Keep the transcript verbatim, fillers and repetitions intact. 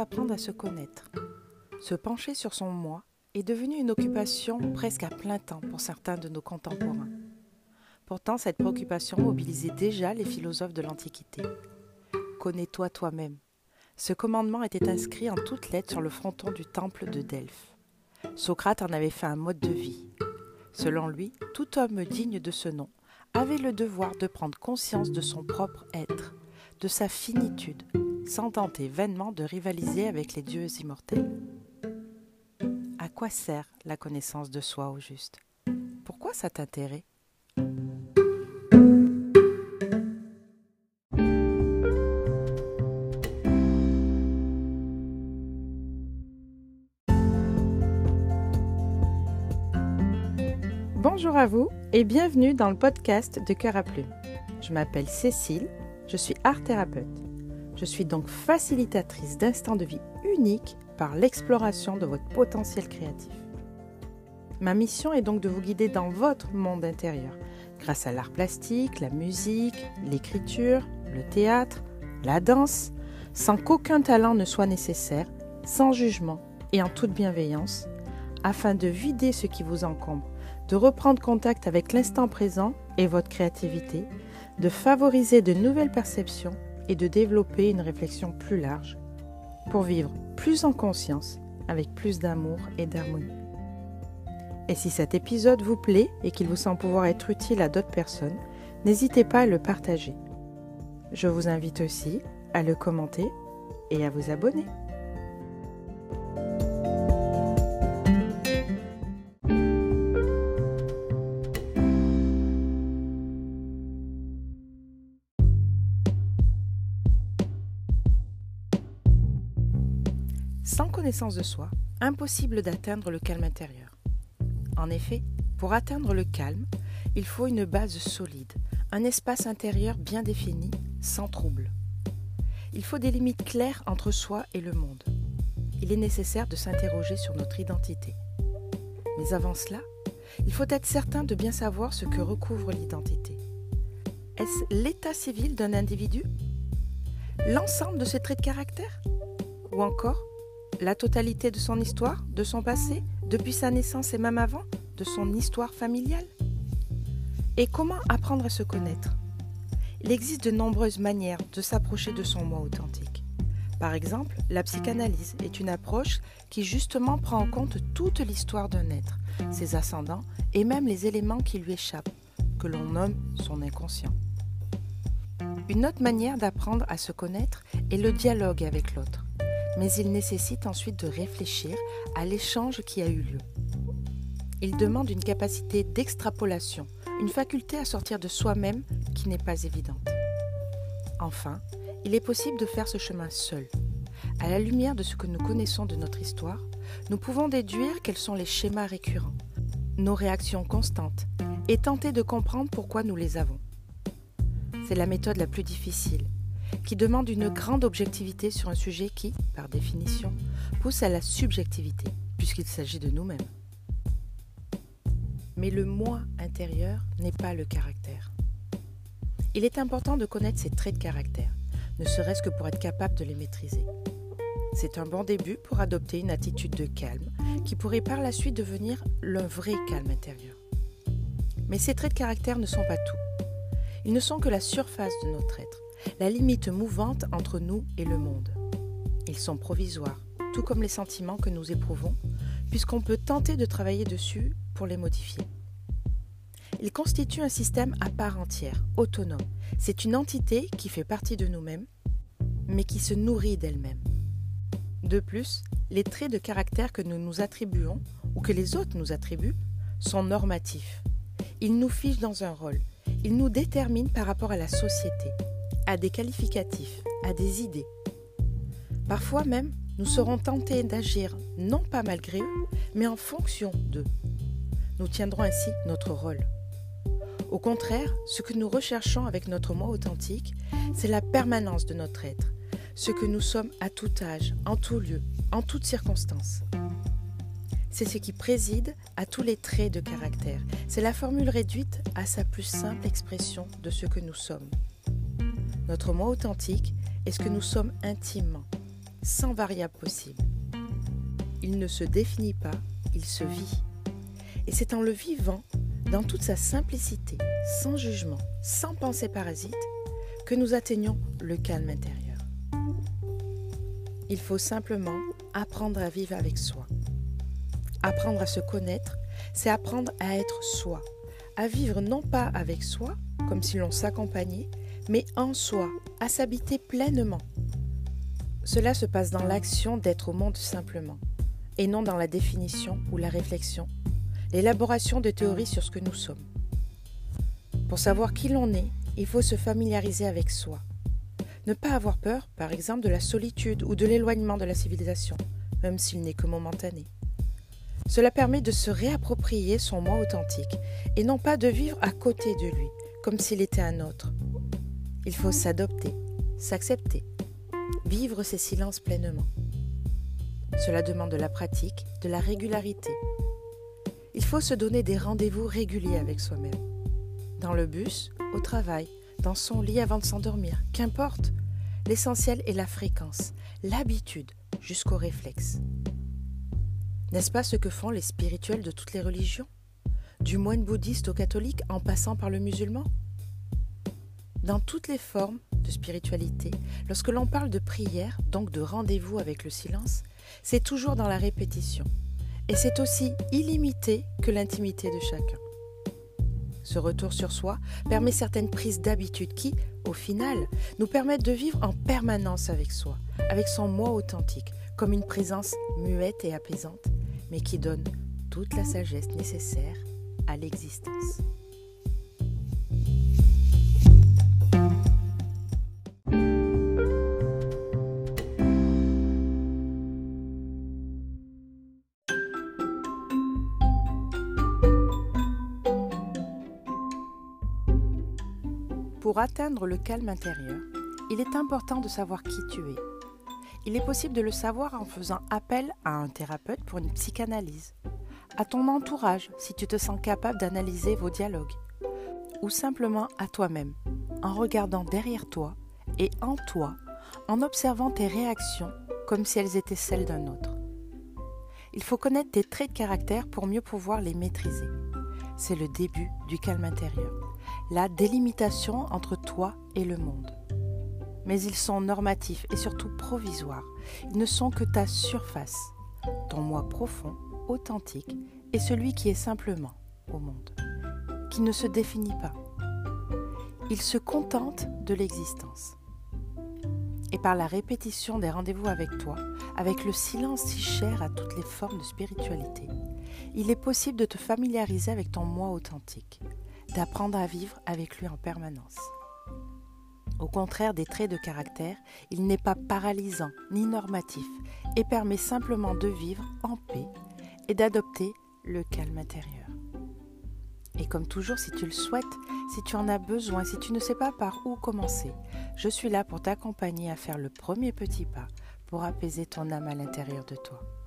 apprendre à se connaître. Se pencher sur son moi est devenu une occupation presque à plein temps pour certains de nos contemporains. Pourtant, cette préoccupation mobilisait déjà les philosophes de l'Antiquité. Connais-toi toi-même. Ce commandement était inscrit en toutes lettres sur le fronton du temple de Delphes. Socrate en avait fait un mode de vie. Selon lui, tout homme digne de ce nom avait le devoir de prendre conscience de son propre être, de sa finitude, sans tenter vainement de rivaliser avec les dieux immortels. À quoi sert la connaissance de soi au juste? Pourquoi cet intérêt? Bonjour à vous et bienvenue dans le podcast de Cœur à Plume. Je m'appelle Cécile, je suis art thérapeute. Je suis donc facilitatrice d'instants de vie uniques par l'exploration de votre potentiel créatif. Ma mission est donc de vous guider dans votre monde intérieur grâce à l'art plastique, la musique, l'écriture, le théâtre, la danse, sans qu'aucun talent ne soit nécessaire, sans jugement et en toute bienveillance, afin de vider ce qui vous encombre, de reprendre contact avec l'instant présent et votre créativité, de favoriser de nouvelles perceptions et de développer une réflexion plus large pour vivre plus en conscience, avec plus d'amour et d'harmonie. Et si cet épisode vous plaît et qu'il vous semble pouvoir être utile à d'autres personnes, n'hésitez pas à le partager. Je vous invite aussi à le commenter et à vous abonner. Sans connaissance de soi, impossible d'atteindre le calme intérieur. En effet, pour atteindre le calme, il faut une base solide, un espace intérieur bien défini, sans trouble. Il faut des limites claires entre soi et le monde. Il est nécessaire de s'interroger sur notre identité. Mais avant cela, il faut être certain de bien savoir ce que recouvre l'identité. Est-ce l'état civil d'un individu? L'ensemble de ses traits de caractère? Ou encore la totalité de son histoire, de son passé, depuis sa naissance et même avant, de son histoire familiale? Et comment apprendre à se connaître? Il existe de nombreuses manières de s'approcher de son moi authentique. Par exemple, la psychanalyse est une approche qui justement prend en compte toute l'histoire d'un être, ses ascendants et même les éléments qui lui échappent, que l'on nomme son inconscient. Une autre manière d'apprendre à se connaître est le dialogue avec l'autre. Mais il nécessite ensuite de réfléchir à l'échange qui a eu lieu. Il demande une capacité d'extrapolation, une faculté à sortir de soi-même qui n'est pas évidente. Enfin, il est possible de faire ce chemin seul. À la lumière de ce que nous connaissons de notre histoire, nous pouvons déduire quels sont les schémas récurrents, nos réactions constantes, et tenter de comprendre pourquoi nous les avons. C'est la méthode la plus difficile, qui demande une grande objectivité sur un sujet qui, par définition, pousse à la subjectivité, puisqu'il s'agit de nous-mêmes. Mais le moi intérieur n'est pas le caractère. Il est important de connaître ses traits de caractère, ne serait-ce que pour être capable de les maîtriser. C'est un bon début pour adopter une attitude de calme, qui pourrait par la suite devenir le vrai calme intérieur. Mais ces traits de caractère ne sont pas tout. Ils ne sont que la surface de notre être, la limite mouvante entre nous et le monde. Ils sont provisoires, tout comme les sentiments que nous éprouvons, puisqu'on peut tenter de travailler dessus pour les modifier. Ils constituent un système à part entière, autonome. C'est une entité qui fait partie de nous-mêmes, mais qui se nourrit d'elle-même. De plus, les traits de caractère que nous nous attribuons, ou que les autres nous attribuent, sont normatifs. Ils nous fichent dans un rôle. Ils nous déterminent par rapport à la société, à des qualificatifs, à des idées. Parfois même, nous serons tentés d'agir non pas malgré eux, mais en fonction d'eux. Nous tiendrons ainsi notre rôle. Au contraire, ce que nous recherchons avec notre moi authentique, c'est la permanence de notre être, ce que nous sommes à tout âge, en tout lieu, en toutes circonstances. C'est ce qui préside à tous les traits de caractère. C'est la formule réduite à sa plus simple expression de ce que nous sommes. Notre moi authentique est ce que nous sommes intimement. sans variable possible. Il ne se définit pas, il se vit. Et c'est en le vivant, dans toute sa simplicité, sans jugement, sans pensée parasite, que nous atteignons le calme intérieur. Il faut simplement apprendre à vivre avec soi. Apprendre à se connaître, c'est apprendre à être soi, à vivre non pas avec soi, comme si l'on s'accompagnait, mais en soi, à s'habiter pleinement. Cela se passe dans l'action d'être au monde simplement, et non dans la définition ou la réflexion, l'élaboration de théories sur ce que nous sommes. Pour savoir qui l'on est, il faut se familiariser avec soi. Ne pas avoir peur, par exemple, de la solitude ou de l'éloignement de la civilisation, même s'il n'est que momentané. Cela permet de se réapproprier son moi authentique et non pas de vivre à côté de lui, comme s'il était un autre. Il faut s'adopter, s'accepter, vivre ses silences pleinement. Cela demande de la pratique, de la régularité. Il faut se donner des rendez-vous réguliers avec soi-même. Dans le bus, au travail, dans son lit avant de s'endormir, qu'importe. L'essentiel est la fréquence, l'habitude, jusqu'au réflexe. N'est-ce pas ce que font les spirituels de toutes les religions? Du moine bouddhiste au catholique en passant par le musulman? Dans toutes les formes de spiritualité, lorsque l'on parle de prière, donc de rendez-vous avec le silence, c'est toujours dans la répétition. Et c'est aussi illimité que l'intimité de chacun. Ce retour sur soi permet certaines prises d'habitude qui, au final, nous permettent de vivre en permanence avec soi, avec son moi authentique, comme une présence muette et apaisante, mais qui donne toute la sagesse nécessaire à l'existence. Pour atteindre le calme intérieur, il est important de savoir qui tu es. Il est possible de le savoir en faisant appel à un thérapeute pour une psychanalyse, à ton entourage si tu te sens capable d'analyser vos dialogues, ou simplement à toi-même, en regardant derrière toi et en toi, en observant tes réactions comme si elles étaient celles d'un autre. Il faut connaître tes traits de caractère pour mieux pouvoir les maîtriser. C'est le début du calme intérieur, la délimitation entre toi et le monde. Mais ils sont normatifs et surtout provisoires. Ils ne sont que ta surface, ton moi profond, authentique et celui qui est simplement au monde, qui ne se définit pas. Il se contente de l'existence. Et par la répétition des rendez-vous avec toi, avec le silence si cher à toutes les formes de spiritualité, il est possible de te familiariser avec ton moi authentique, d'apprendre à vivre avec lui en permanence. Au contraire des traits de caractère, il n'est pas paralysant ni normatif et permet simplement de vivre en paix et d'adopter le calme intérieur. Et comme toujours, si tu le souhaites, si tu en as besoin, si tu ne sais pas par où commencer, je suis là pour t'accompagner à faire le premier petit pas pour apaiser ton âme à l'intérieur de toi.